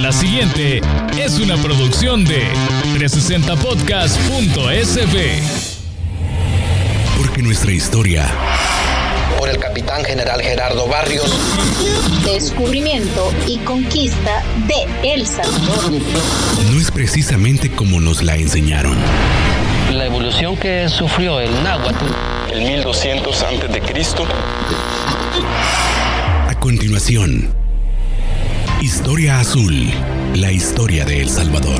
La siguiente es una producción de 360podcast.sb. Porque nuestra historia... Por el capitán general Gerardo Barrios. Descubrimiento y conquista de El Salvador. No es precisamente como nos la enseñaron. La evolución que sufrió el náhuatl. El 1200 antes de Cristo. A continuación, Historia Azul, la historia de El Salvador.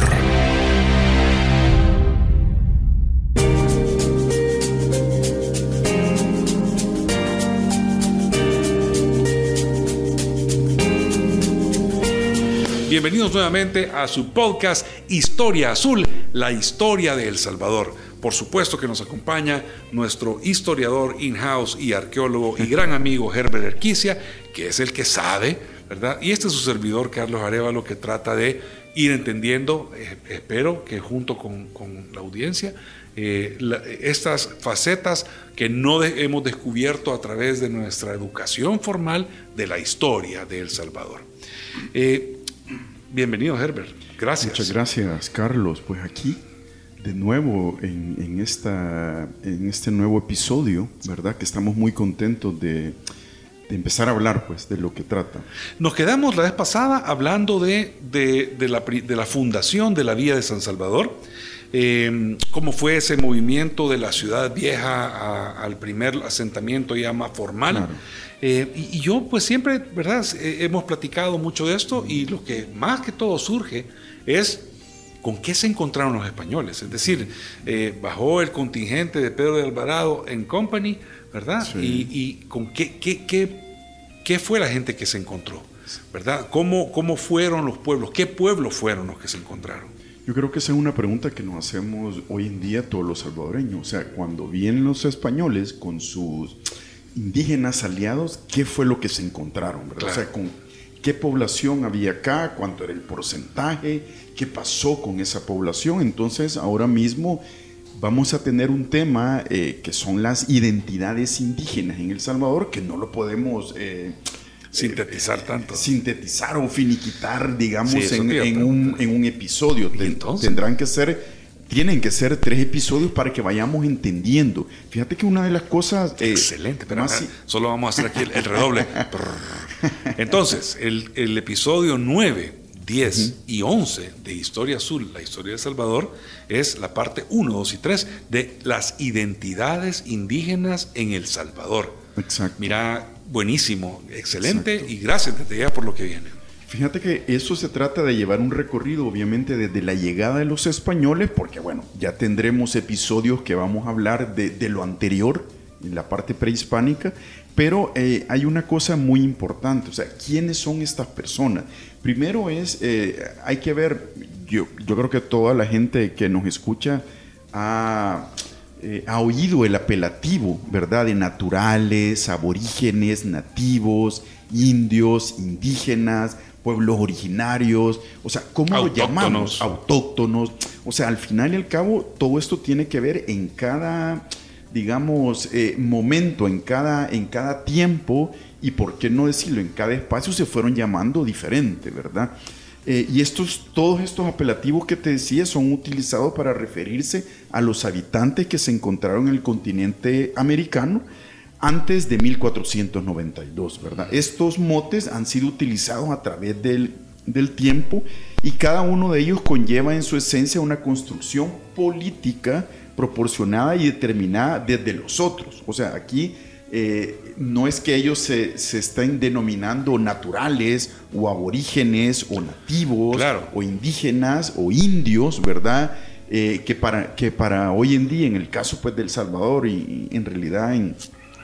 Bienvenidos nuevamente a su podcast Historia Azul, la historia de El Salvador. Por supuesto que nos acompaña nuestro historiador in-house y arqueólogo y gran amigo Herbert Erquicia, que es el que sabe, ¿verdad? Y este es su servidor Carlos Arévalo, que trata de ir entendiendo, espero que junto con la audiencia, estas facetas que no hemos descubierto a través de nuestra educación formal de la historia de El Salvador. Bienvenido, Herbert. Gracias. Muchas gracias, Carlos. Pues aquí, de nuevo, en este nuevo episodio, ¿verdad? Que estamos muy contentos de empezar a hablar, pues, de lo que trata. Nos quedamos la vez pasada hablando de la fundación de la Vía de San Salvador, cómo fue ese movimiento de la ciudad vieja al primer asentamiento ya más formal. Claro. Y yo pues siempre, ¿verdad? Hemos platicado mucho de esto, y lo que más que todo surge es con qué se encontraron los españoles. Es decir, bajó el contingente de Pedro de Alvarado en company, ¿verdad? Sí. Y con qué fue la gente que se encontró, ¿verdad? ¿Cómo fueron los pueblos? ¿Qué pueblos fueron los que se encontraron? Yo creo que esa es una pregunta que nos hacemos hoy en día todos los salvadoreños. O sea, cuando vienen los españoles con sus indígenas aliados, ¿qué fue lo que se encontraron, ¿verdad? Claro. O sea, ¿con qué población había acá? ¿Cuánto era el porcentaje? ¿Qué pasó con esa población? Entonces, ahora mismo vamos a tener un tema que son las identidades indígenas en El Salvador, que no lo podemos sintetizar tanto. Sintetizar o finiquitar, digamos, sí, en un episodio. Tienen que ser 3 episodios para que vayamos entendiendo. Fíjate que una de las cosas... Excelente, pero solo vamos a hacer aquí el redoble. Entonces, el episodio 9, 10 y 11 de Historia Azul, la historia de El Salvador, es la parte 1, 2 y 3 de las identidades indígenas en El Salvador. Exacto. Mira, buenísimo, excelente. Exacto. Y gracias desde ya por lo que viene. Fíjate que eso se trata de llevar un recorrido, obviamente, desde la llegada de los españoles, porque bueno, ya tendremos episodios que vamos a hablar de lo anterior, en la parte prehispánica, pero hay una cosa muy importante, o sea, ¿quiénes son estas personas? Primero hay que ver, yo creo que toda la gente que nos escucha ha oído el apelativo, ¿verdad? De naturales, aborígenes, nativos, indios, indígenas, pueblos originarios, o sea, ¿cómo lo llamamos? Autóctonos. O sea, al final y al cabo, todo esto tiene que ver en cada, digamos, momento, en cada tiempo, y por qué no decirlo, en cada espacio se fueron llamando diferente, ¿verdad? Y todos estos apelativos que te decía son utilizados para referirse a los habitantes que se encontraron en el continente americano antes de 1492, ¿verdad? Estos motes han sido utilizados a través del tiempo, y cada uno de ellos conlleva en su esencia una construcción política proporcionada y determinada desde los otros. O sea, aquí no es que ellos se estén denominando naturales o aborígenes o nativos, claro, o indígenas o indios, ¿verdad? Que para hoy en día, en el caso pues del Salvador y en realidad en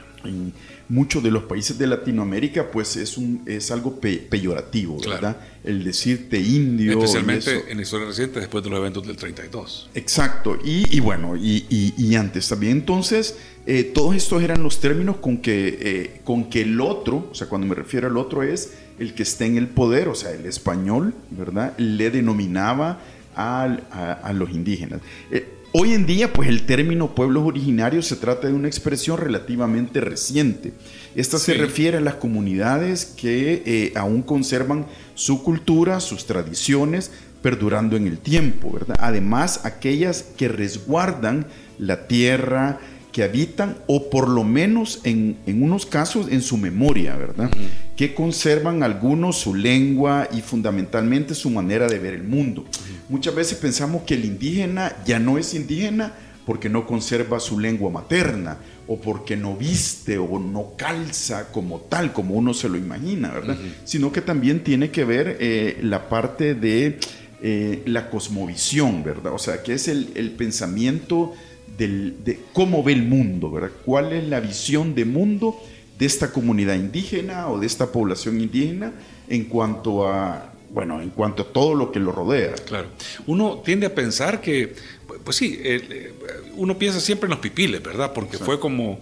muchos de los países de Latinoamérica, pues es algo peyorativo, ¿verdad? Claro. El decirte indio. Especialmente en la historia reciente, después de los eventos del 32. Exacto. Y bueno, y antes también. Entonces, todos estos eran los términos con que el otro, o sea, cuando me refiero al otro, es el que está en el poder, o sea, el español, ¿verdad? Le denominaba a los indígenas. Hoy en día, pues el término pueblos originarios se trata de una expresión relativamente reciente. Esta se refiere a las comunidades que aún conservan su cultura, sus tradiciones, perdurando en el tiempo, ¿verdad? Además, aquellas que resguardan la tierra que habitan, o por lo menos en unos casos en su memoria, ¿verdad? Que conservan algunos su lengua y fundamentalmente su manera de ver el mundo. Muchas veces pensamos que el indígena ya no es indígena porque no conserva su lengua materna, o porque no viste o no calza como tal, como uno se lo imagina, ¿verdad? Sino que también tiene que ver la parte de la cosmovisión, ¿verdad? O sea, que es el pensamiento de cómo ve el mundo, ¿verdad? ¿Cuál es la visión de mundo de esta comunidad indígena o de esta población indígena en cuanto a todo lo que lo rodea? Claro. Uno tiende a pensar que, pues sí, uno piensa siempre en los pipiles, ¿verdad? Porque fue como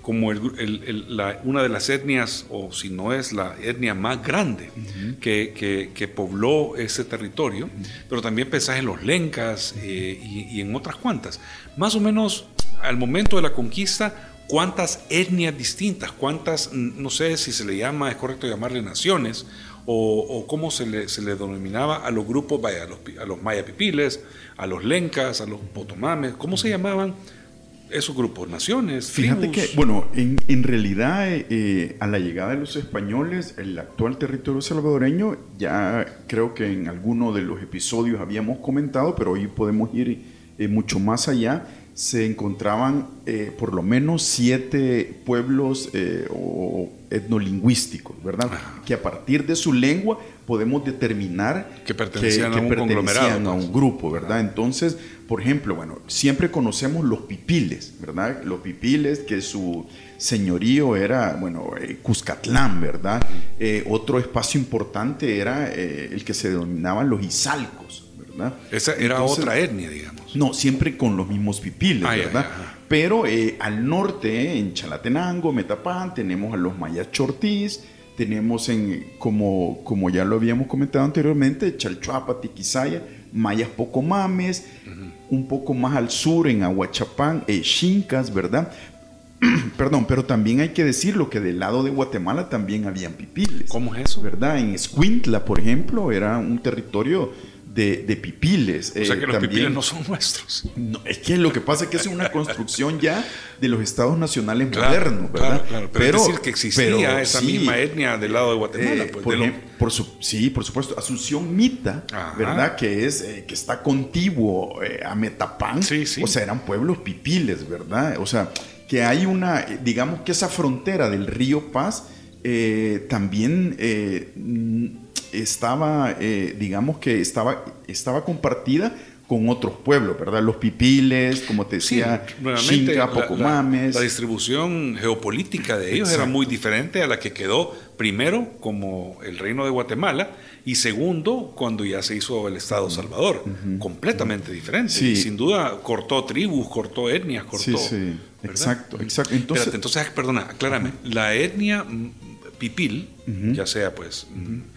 una de las etnias, o si no es la etnia más grande que pobló ese territorio, pero también pensás en los lencas y en otras cuantas. Más o menos al momento de la conquista, ¿cuántas etnias distintas? ¿Cuántas, no sé si se le llama, es correcto llamarle naciones, o cómo se le denominaba a los grupos, a los maya pipiles, a los lencas, a los potomames? ¿Cómo se llamaban esos grupos? ¿Naciones? Fíjate tribus? que, bueno, en realidad a la llegada de los españoles, el actual territorio salvadoreño, ya creo que en alguno de los episodios habíamos comentado, pero hoy podemos ir mucho más allá. Se encontraban por lo menos 7 pueblos o etnolingüísticos, ¿verdad? Que a partir de su lengua podemos determinar que pertenecían a un conglomerado, a un grupo, ¿verdad? Entonces, por ejemplo, bueno, siempre conocemos los pipiles, ¿verdad? Los pipiles, que su señorío era, Cuscatlán, ¿verdad? Otro espacio importante era el que se denominaban los izalcos. Esa era otra etnia, digamos. No, siempre con los mismos pipiles, ¿verdad? Pero al norte, en Chalatenango, Metapán, tenemos a los mayas chortís, tenemos como ya lo habíamos comentado anteriormente, Chalchuapa, Tiquisaya, mayas pocomames, un poco más al sur, en Aguachapán, Xincas, ¿verdad? Perdón, pero también hay que decirlo que del lado de Guatemala también habían pipiles. ¿Cómo es eso? ¿Verdad? En Escuintla, por ejemplo, era un territorio de pipiles. O sea que los pipiles no son nuestros. No, es que lo que pasa es que es una construcción ya de los estados nacionales modernos, ¿verdad? Claro. Pero es decir que existía esa misma etnia del lado de Guatemala. Sí, por supuesto. Asunción Mita, ¿verdad? Que está contiguo a Metapán. Sí. O sea, eran pueblos pipiles, ¿verdad? O sea, que hay digamos que esa frontera del río Paz también estaba, digamos que estaba compartida con otros pueblos, ¿verdad? Los pipiles, como te decía, Xinca, Pocomames. La distribución geopolítica de ellos era muy diferente a la que quedó primero como el reino de Guatemala y segundo cuando ya se hizo el Estado Salvador. Completamente diferente. Sí. Y sin duda cortó tribus, cortó etnias, cortó... Sí. Exacto. Entonces, perdona, aclárame. La etnia pipil, ya sea pues...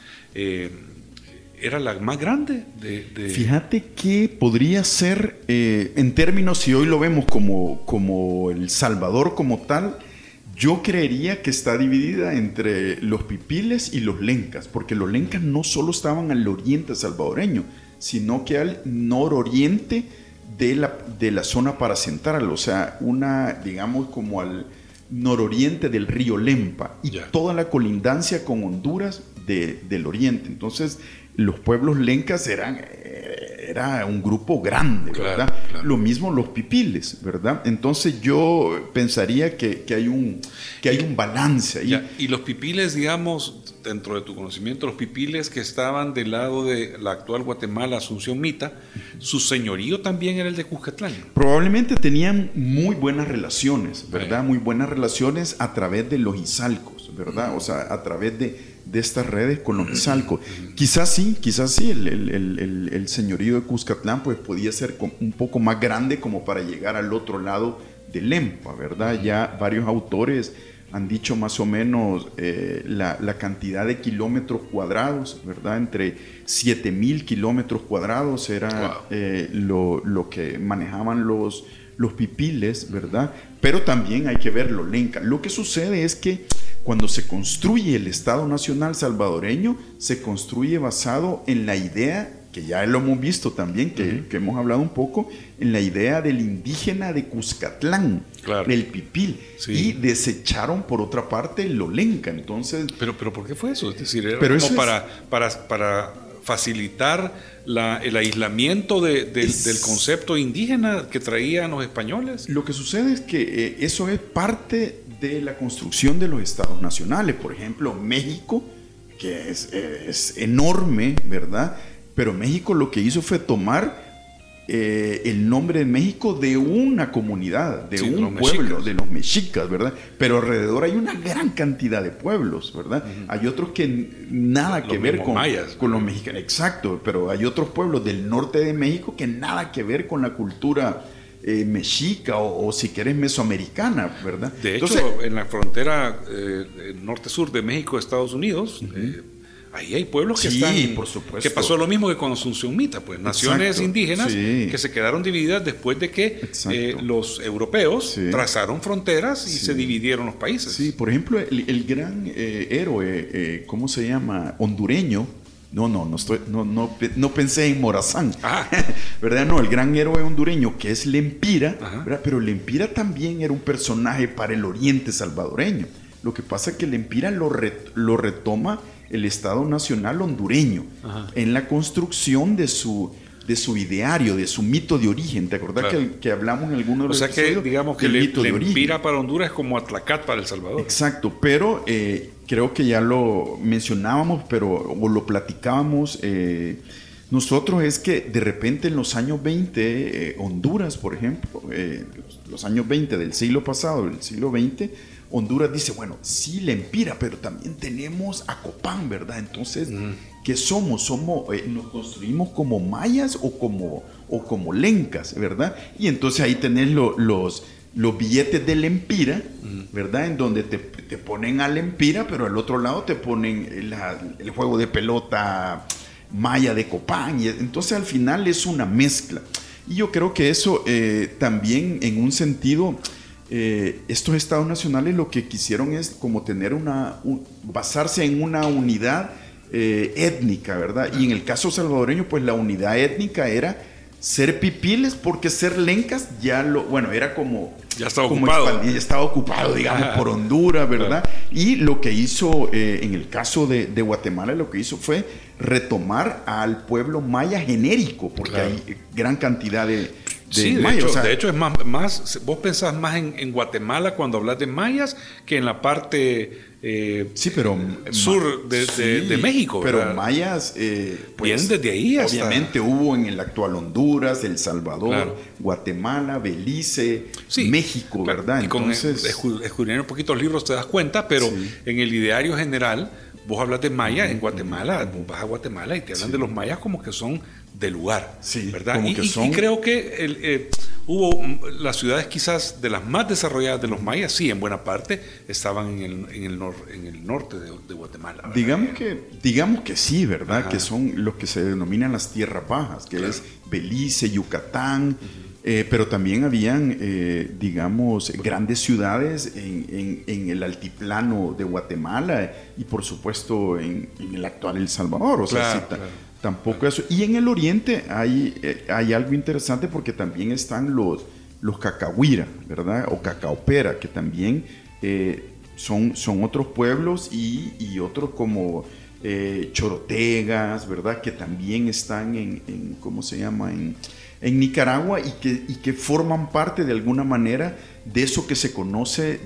¿era la más grande? Fíjate que podría ser, en términos, si hoy lo vemos como El Salvador como tal, yo creería que está dividida entre los pipiles y los lencas, porque los lencas no solo estaban al oriente salvadoreño, sino que al nororiente de la zona paracentral, o sea, digamos como al nororiente del río Lempa y toda la colindancia con Honduras del oriente. Entonces los pueblos lencas era un grupo grande, ¿verdad? Claro. Lo mismo los pipiles, ¿verdad? Entonces yo pensaría que hay un balance ahí. Y los pipiles, digamos, dentro de tu conocimiento, los pipiles que estaban del lado de la actual Guatemala, Asunción Mita, su señorío también era el de Cuscatlán. Probablemente tenían muy buenas relaciones, ¿verdad? Muy buenas relaciones a través de los izalcos, ¿verdad? O sea, a través de estas redes con los izalcos. Quizás sí, el señorío de Cuscatlán pues podía ser un poco más grande como para llegar al otro lado de Lempa, ¿verdad? Ya varios autores han dicho más o menos la cantidad de kilómetros cuadrados, ¿verdad? Entre 7,000 kilómetros cuadrados era lo que manejaban los pipiles, ¿verdad? Pero también hay que ver los lencas. Lo que sucede es que cuando se construye el Estado Nacional salvadoreño, se construye basado en la idea, que ya lo hemos visto también, que hemos hablado un poco, en la idea del indígena de Cuscatlán, el pipil, y desecharon por otra parte el Lolenca. Entonces, pero ¿por qué fue eso? Es decir, era como para facilitar el aislamiento del concepto indígena que traían los españoles. Lo que sucede es que eso es parte de la construcción de los estados nacionales. Por ejemplo, México, que es enorme, ¿verdad? Pero México lo que hizo fue tomar el nombre de México de una comunidad, de un pueblo, mexicas, de los mexicas, ¿verdad? Pero alrededor hay una gran cantidad de pueblos, ¿verdad? Hay otros que nada que ver con los mexicanos. Exacto, pero hay otros pueblos del norte de México que nada que ver con la cultura mexica o si querés mesoamericana, ¿verdad? De hecho, en la frontera norte-sur de México, Estados Unidos, ahí hay pueblos que están, por supuesto, que pasó lo mismo que con Asunción Mita, pues naciones indígenas que se quedaron divididas después de que los europeos trazaron fronteras y se dividieron los países. Sí, por ejemplo, el gran héroe, ¿cómo se llama? Hondureño. No pensé en Morazán, ¿verdad? No, el gran héroe hondureño que es Lempira, ¿verdad? Pero Lempira también era un personaje para el oriente salvadoreño. Lo que pasa es que Lempira lo retoma el Estado Nacional hondureño en la construcción de su ideario, de su mito de origen. ¿Te acordás que hablamos en algunos de los episodios? O sea que digamos que Lempira para Honduras es como Atlacat para El Salvador. Exacto, pero creo que ya lo mencionábamos, o lo platicábamos nosotros, es que de repente en los años 20, Honduras, por ejemplo, los años 20 del siglo pasado, del siglo 20, Honduras dice, bueno, sí, Lempira, pero también tenemos a Copán, ¿verdad? Entonces, ¿qué somos? ¿Nos construimos como mayas o como lencas, verdad? Y entonces ahí tenés los billetes de Lempira, ¿verdad? En donde te ponen a Lempira, pero al otro lado te ponen el juego de pelota maya de Copán. Y entonces al final es una mezcla. Y yo creo que eso también en un sentido... estos estados nacionales lo que quisieron es como tener basarse en una unidad étnica, ¿verdad? Y en el caso salvadoreño, pues la unidad étnica era ser pipiles, porque ser lencas era como... Ya estaba ocupado. Ya estaba ocupado, digamos, por Honduras, ¿verdad? Y lo que hizo, en el caso de Guatemala, lo que hizo fue retomar al pueblo maya genérico, porque hay gran cantidad de mayas. De hecho es más vos pensás más en Guatemala cuando hablas de mayas que en la parte sur de México, pero ¿verdad? Mayas bien desde ahí obviamente hubo en el actual Honduras, El Salvador, Guatemala, Belice, México, ¿verdad? Y con escudriñar un poquito los libros te das cuenta, pero en el ideario general vos hablas de maya en Guatemala, vos vas a Guatemala y te hablan de los mayas como que son del lugar, ¿verdad? Y creo que hubo las ciudades quizás de las más desarrolladas de los mayas, sí, en buena parte estaban en el norte de Guatemala, ¿verdad? Digamos que sí, ¿verdad? Que son los que se denominan las tierras bajas, que es Belice, Yucatán, pero también habían, grandes ciudades en el altiplano de Guatemala y por supuesto en el actual El Salvador, tampoco eso. Y en el oriente hay algo interesante, porque también están los cacahuira, ¿verdad? O cacaopera, que también son otros pueblos y otros como chorotegas, ¿verdad? Que también están en ¿cómo se llama? En Nicaragua y que forman parte de alguna manera de eso que se conoce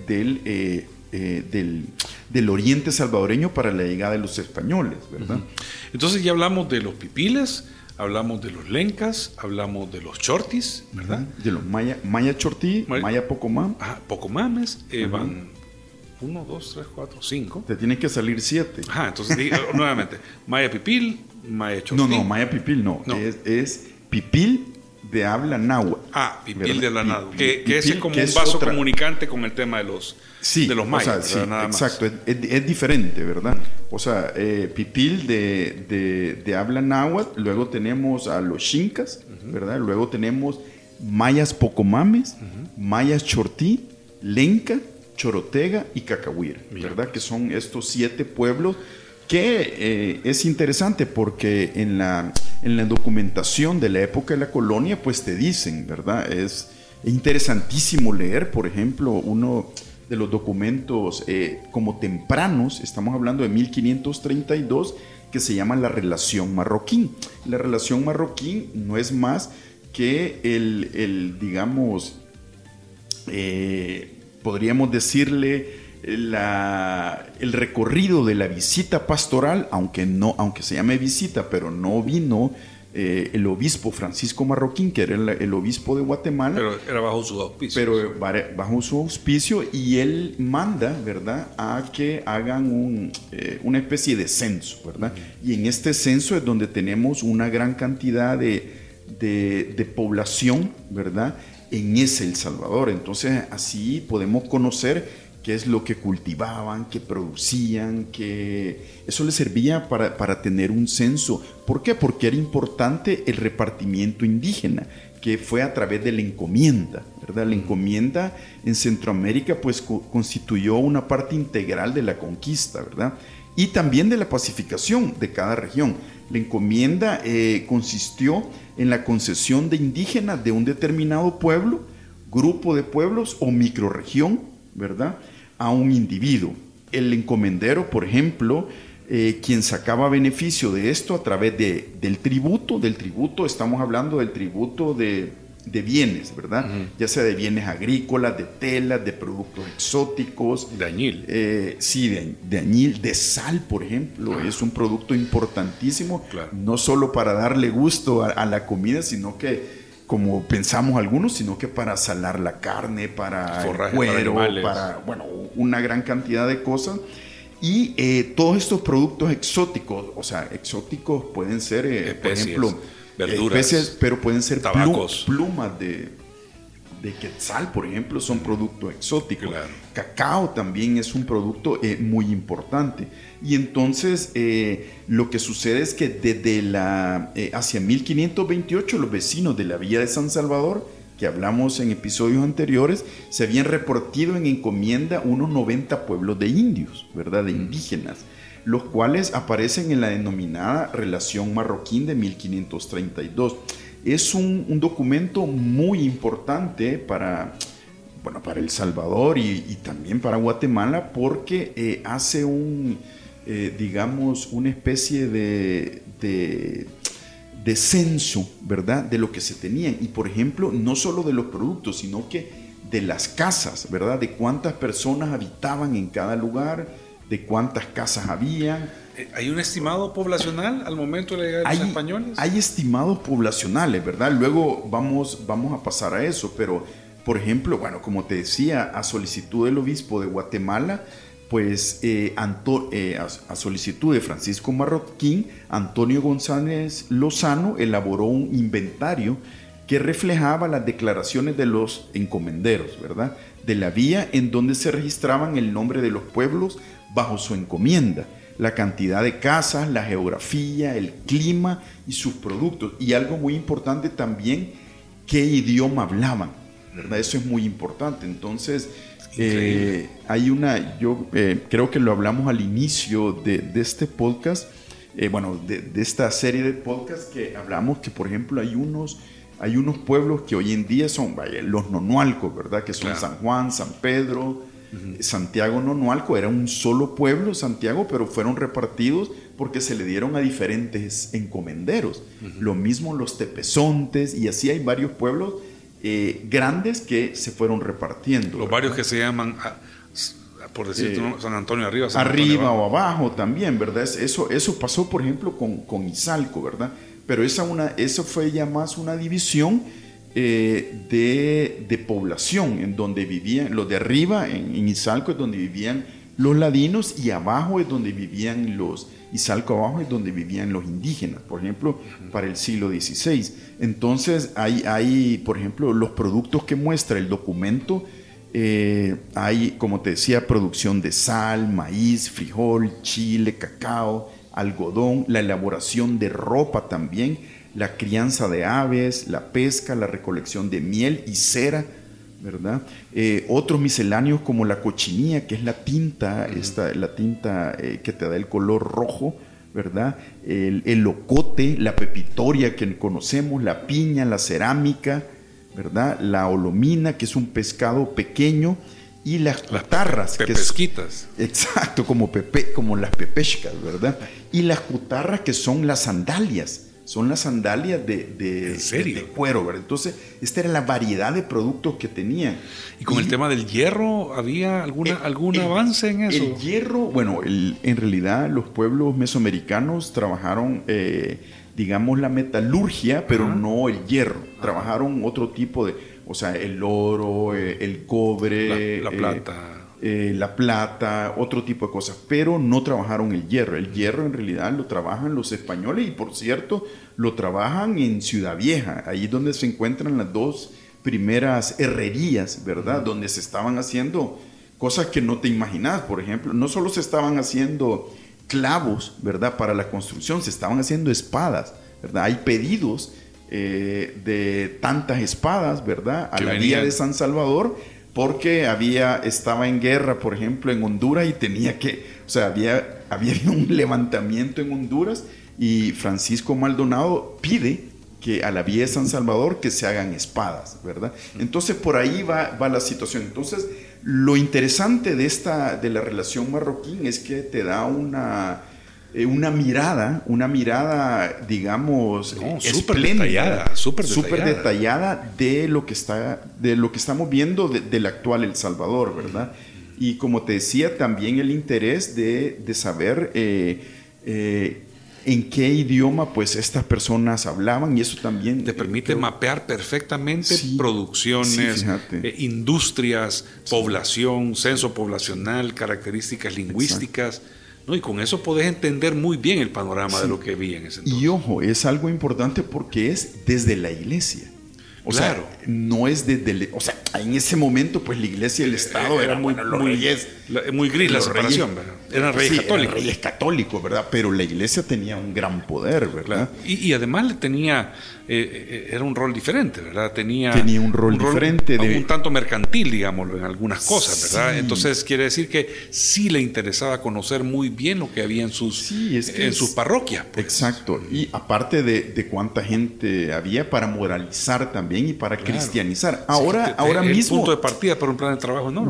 del oriente salvadoreño para la llegada de los españoles, ¿verdad? Entonces ya hablamos de los pipiles, hablamos de los lencas, hablamos de los chortis, ¿verdad? De los maya chortí, maya pocomames. Pocomames, van 1, 2, 3, 4, 5. Te tienen que salir 7. Entonces nuevamente, maya pipil, maya chortí. No, maya pipil no. Es pipil, de habla náhuatl. Pipil de habla náhuatl. Que Pipil, ese es como un vaso comunicante con el tema de los mayas. Sí, nada exacto. Es diferente, ¿verdad? O sea, Pipil de habla náhuatl. Luego tenemos a los xincas, ¿verdad? Luego tenemos mayas pocomames, mayas chortí, lenca, chorotega y cacahuira, ¿verdad? Que son estos 7 pueblos que es interesante porque en la documentación de la época de la colonia pues te dicen, ¿verdad? Es interesantísimo leer, por ejemplo, uno de los documentos como tempranos, estamos hablando de 1532, que se llama la relación marroquín. La relación marroquín no es más que digamos, podríamos decirle el recorrido de la visita pastoral, aunque se llame visita, pero no vino el obispo Francisco Marroquín, que era el obispo de Guatemala. Pero era bajo su auspicio. Pero bajo su auspicio, y él manda, ¿verdad?, a que hagan una especie de censo, ¿verdad? Y en este censo es donde tenemos una gran cantidad de población, ¿verdad?, en ese El Salvador. Entonces así podemos conocer qué es lo que cultivaban, qué producían, que eso les servía para tener un censo. ¿Por qué? Porque era importante el repartimiento indígena, que fue a través de la encomienda, ¿verdad? La encomienda en Centroamérica pues constituyó una parte integral de la conquista, ¿verdad? Y también de la pacificación de cada región. La encomienda consistió en la concesión de indígenas de un determinado pueblo, grupo de pueblos o microrregión, ¿verdad?, a un individuo. El encomendero, por ejemplo, quien sacaba beneficio de esto a través del tributo, estamos hablando del tributo de bienes, ¿verdad? Ya sea de bienes agrícolas, de telas, de productos exóticos. De añil. Sí, de añil, de sal, por ejemplo. Es un producto importantísimo, no solo para darle gusto a la comida, sino que, como pensamos algunos, sino que para salar la carne, para forraje, el cuero, para una gran cantidad de cosas. Y todos estos productos exóticos, o sea, exóticos pueden ser, especies, por ejemplo, verduras, especies, pero pueden ser plumas de quetzal, por ejemplo, son productos exóticos. Claro. Cacao también es un producto muy importante. Y entonces lo que sucede es que desde hacia 1528 los vecinos de la Villa de San Salvador, que hablamos en episodios anteriores, se habían repartido en encomienda unos 90 pueblos de indios, ¿verdad?, de indígenas, los cuales aparecen en la denominada Relación Marroquín de 1532. Es un documento muy importante para El Salvador y también para Guatemala, porque hace digamos, una especie de censo, ¿verdad?, de lo que se tenían. Y, por ejemplo, no solo de los productos, sino que de las casas, ¿verdad?, de cuántas personas habitaban en cada lugar, de cuántas casas había. ¿Hay un estimado poblacional al momento de la llegada de los españoles? Hay estimados poblacionales, ¿verdad? Luego vamos a pasar a eso, pero, por ejemplo, como te decía, a solicitud del obispo de Guatemala, pues a solicitud de Francisco Marroquín, Antonio González Lozano elaboró un inventario que reflejaba las declaraciones de los encomenderos, ¿verdad?, de la vía, en donde se registraban el nombre de los pueblos bajo su encomienda, la cantidad de casas, la geografía, el clima y sus productos. Y algo muy importante también, qué idioma hablaban, ¿verdad? Eso es muy importante. Entonces, yo creo que lo hablamos al inicio de este podcast, de esta serie de podcasts, que hablamos que, por ejemplo, hay unos pueblos que hoy en día son los nonualcos, ¿verdad?, que son San Juan, San Pedro, Santiago Nonualco. Era un solo pueblo, Santiago, pero fueron repartidos porque se le dieron a diferentes encomenderos. Lo mismo los Tepezontes, y así hay varios pueblos grandes que se fueron repartiendo. Los varios que se llaman, por decirte, San Antonio arriba, San Antonio abajo. O abajo también, ¿verdad? Eso pasó, por ejemplo, con Izalco, ¿verdad? Pero eso fue ya más una división de población, en donde vivían los de arriba, en Izalco, es donde vivían los ladinos, y abajo es donde vivían Izalco abajo es donde vivían los indígenas, por ejemplo, para el siglo XVI. Entonces hay, por ejemplo, los productos que muestra el documento. Hay, como te decía, producción de sal, maíz, frijol, chile, cacao, algodón, la elaboración de ropa también, la crianza de aves, la pesca, la recolección de miel y cera, ¿verdad? Otros misceláneos como la cochinilla, que es la tinta, la tinta que te da el color rojo, ¿verdad? El locote, la pepitoria que conocemos, la piña, la cerámica, ¿verdad? La olomina, que es un pescado pequeño, y las cutarras. Pepesquitas. Exacto, como las pepescas, ¿verdad? Y las cutarras, que son las sandalias. Son las sandalias de cuero, ¿verdad? Entonces, esta era la variedad de productos que tenían. ¿Y con el tema del hierro, había algún avance en eso? El hierro, bueno, en realidad los pueblos mesoamericanos trabajaron, digamos, la metalurgia, pero no el hierro. Trabajaron otro tipo de, o sea, el oro, el cobre, la plata. La plata, otro tipo de cosas, pero no trabajaron el hierro. El hierro en realidad lo trabajan los españoles, y por cierto, lo trabajan en Ciudad Vieja, ahí donde se encuentran las dos primeras herrerías, ¿verdad? Donde se estaban haciendo cosas que no te imaginas. Por ejemplo, no solo se estaban haciendo clavos, ¿verdad? Para la construcción, se estaban haciendo espadas, ¿verdad? Hay pedidos de tantas espadas, ¿verdad? A la vía de San Salvador, porque estaba en guerra, por ejemplo, en Honduras, y tenía que, o sea, había un levantamiento en Honduras, y Francisco Maldonado pide que a la vía de San Salvador que se hagan espadas, ¿verdad? Entonces por ahí va la situación. Entonces lo interesante de la relación marroquín es que te da una mirada, digamos, súper detallada de lo que estamos viendo del actual El Salvador, ¿verdad? Y como te decía, también el interés de saber en qué idioma pues estas personas hablaban, y eso también te permite mapear perfectamente producciones, industrias, población, censo poblacional, características lingüísticas. ¿No? Y con eso podés entender muy bien el panorama de lo que vi en ese entonces. Y ojo, es algo importante porque es desde la iglesia. O sea, no es desde... O sea, en ese momento, pues la iglesia y el Estado eran muy gris la separación, ¿verdad? Eran reyes católicos. Eran reyes católicos, ¿verdad? Pero la iglesia tenía un gran poder, ¿verdad? Y además tenía... era un rol diferente, ¿verdad? Tenía un rol diferente. Un tanto mercantil, digámoslo, en algunas cosas, ¿verdad? Entonces quiere decir que sí le interesaba conocer muy bien lo que había en sus parroquias. Pues. Exacto. Y aparte de cuánta gente había para moralizar también y para cristianizar. Ahora mismo... El punto de partida para un plan de trabajo enorme.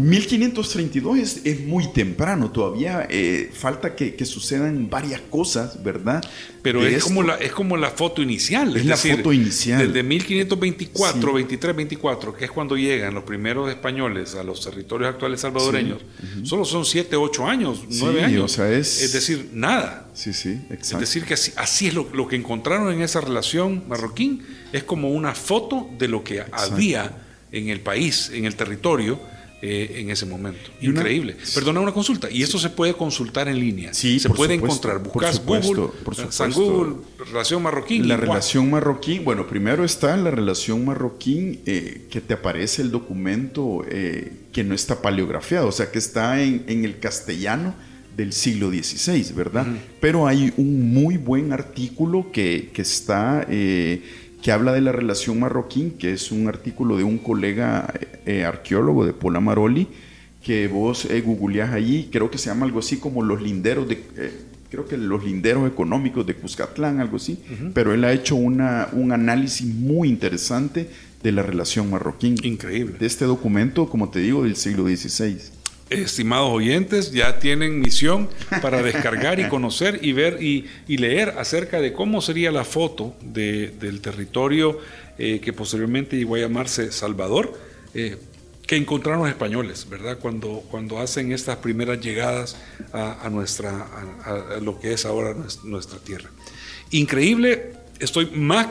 1532 es muy temprano. Todavía falta que sucedan varias cosas, ¿verdad? Pero es como la foto inicial. Es la foto inicial. Desde 1524, 23, 24, que es cuando llegan los primeros españoles a los territorios actuales salvadoreños, solo son 7, 8 años, 9 años. O sea, es decir, nada. Sí, exacto. Es decir, que así es lo que encontraron en esa relación marroquín, es como una foto de lo que había en el país, en el territorio, en ese momento. Increíble. Perdona, una consulta. Y eso se puede consultar en línea. Sí, se puede encontrar. Buscas Google, San Google, relación marroquín. La relación marroquín. Bueno, primero está la relación marroquín, que te aparece el documento que no está paleografiado, o sea, que está en el castellano del siglo XVI, ¿verdad? Pero hay un muy buen artículo que está... que habla de la relación marroquín, que es un artículo de un colega arqueólogo de Pola Maroli, que vos googleás allí, creo que se llama algo así como los linderos creo que los linderos económicos de Cuscatlán, algo así, pero él ha hecho un análisis muy interesante de la relación marroquín. Increíble. De este documento, como te digo, del siglo XVI. Estimados oyentes, ya tienen misión para descargar y conocer y ver y leer acerca de cómo sería la foto del territorio que posteriormente llegó a llamarse Salvador, que encontraron los españoles, ¿verdad? Cuando hacen estas primeras llegadas a lo que es ahora nuestra tierra. Increíble estoy más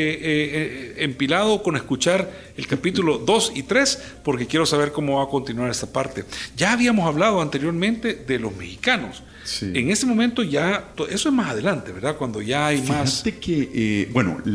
que empilado con escuchar el capítulo 2 y 3 porque quiero saber cómo va a continuar esta parte. Ya habíamos hablado anteriormente de los mexicanos. Sí. En ese momento ya, eso es más adelante, ¿verdad? Cuando ya hay más... Fíjate que,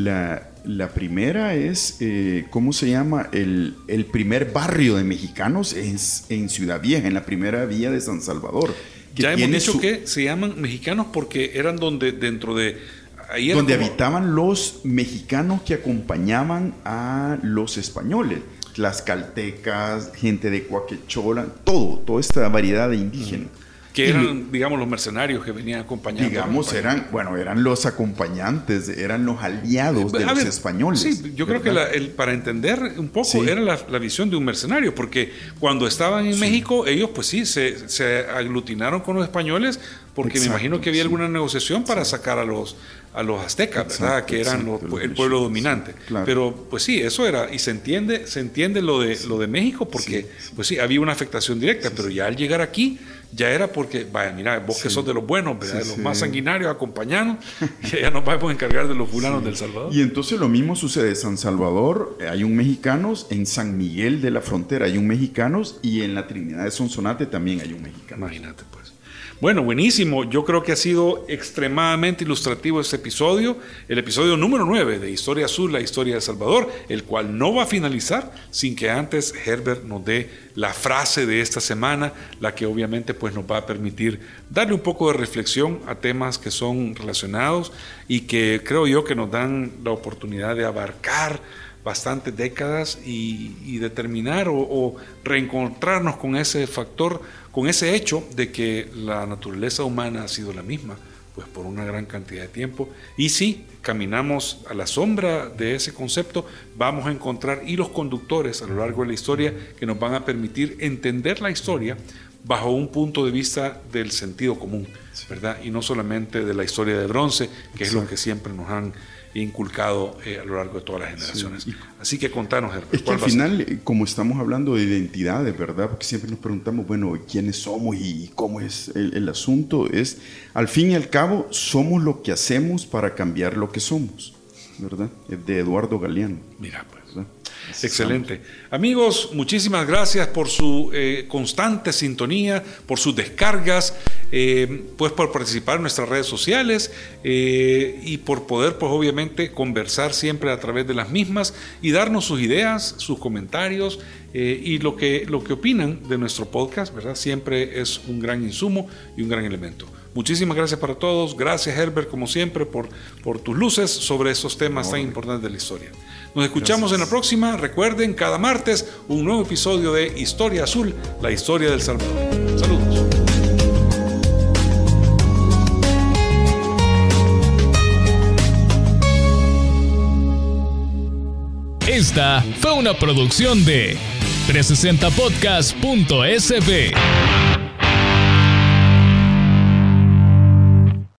la primera es, ¿cómo se llama? El primer barrio de mexicanos es en Ciudad Vieja, en la primera vía de San Salvador. Ya hemos dicho que se llaman mexicanos porque eran donde dentro de... donde habitaban los mexicanos que acompañaban a los españoles. Tlaxcaltecas, gente de Coaquechola, toda esta variedad de indígenas. Que eran, digamos, los mercenarios que venían acompañando. Digamos, eran los acompañantes, eran los aliados de los españoles. Sí, yo creo que para entender un poco era la visión de un mercenario, porque cuando estaban en México, ellos pues sí, se aglutinaron con los españoles, porque me imagino que había alguna negociación para sacar a los aztecas, ¿verdad? Que eran el pueblo dominante. Claro. Pero pues sí, eso era, y se entiende lo de México, porque pues sí, había una afectación directa, pero ya al llegar aquí, ya era porque, vaya, mira, vos que sos de los buenos, ¿verdad? De los más sanguinarios, acompañanos, y ya nos vamos a encargar de los fulanos del Salvador. Y entonces lo mismo sucede en San Salvador, hay un mexicanos, en San Miguel de la Frontera hay un mexicanos, y en la Trinidad de Sonsonate también hay un mexicano. Imagínate, pues. Bueno, buenísimo. Yo creo que ha sido extremadamente ilustrativo este episodio, el episodio número 9 de Historia Azul, la historia de El Salvador, el cual no va a finalizar sin que antes Herbert nos dé la frase de esta semana, la que obviamente pues nos va a permitir darle un poco de reflexión a temas que son relacionados y que creo yo que nos dan la oportunidad de abarcar bastantes décadas y determinar o reencontrarnos con ese factor, con ese hecho de que la naturaleza humana ha sido la misma, pues por una gran cantidad de tiempo. Y si caminamos a la sombra de ese concepto, vamos a encontrar hilos conductores a lo largo de la historia que nos van a permitir entender la historia bajo un punto de vista del sentido común, ¿verdad? Y no solamente de la historia de bronce, que es lo que siempre nos han inculcado a lo largo de todas las generaciones. Sí. Así que contanos, Herbert. Es que al final, como estamos hablando de identidades, ¿verdad? Porque siempre nos preguntamos, bueno, ¿quiénes somos y cómo es el asunto? Es, al fin y al cabo, somos lo que hacemos para cambiar lo que somos, ¿verdad? Es de Eduardo Galeano. Mira, pues. ¿verdad? Excelente. Amigos, muchísimas gracias por su constante sintonía, por sus descargas, pues por participar en nuestras redes sociales y por poder, pues obviamente, conversar siempre a través de las mismas y darnos sus ideas, sus comentarios y lo que opinan de nuestro podcast, ¿verdad? Siempre es un gran insumo y un gran elemento. Muchísimas gracias para todos. Gracias, Herbert, como siempre, por tus luces sobre estos temas tan importantes de la historia. Nos escuchamos en la próxima. Recuerden, cada martes, un nuevo episodio de Historia Azul, la historia del Salvador. Saludos. Esta fue una producción de 360podcast.sb.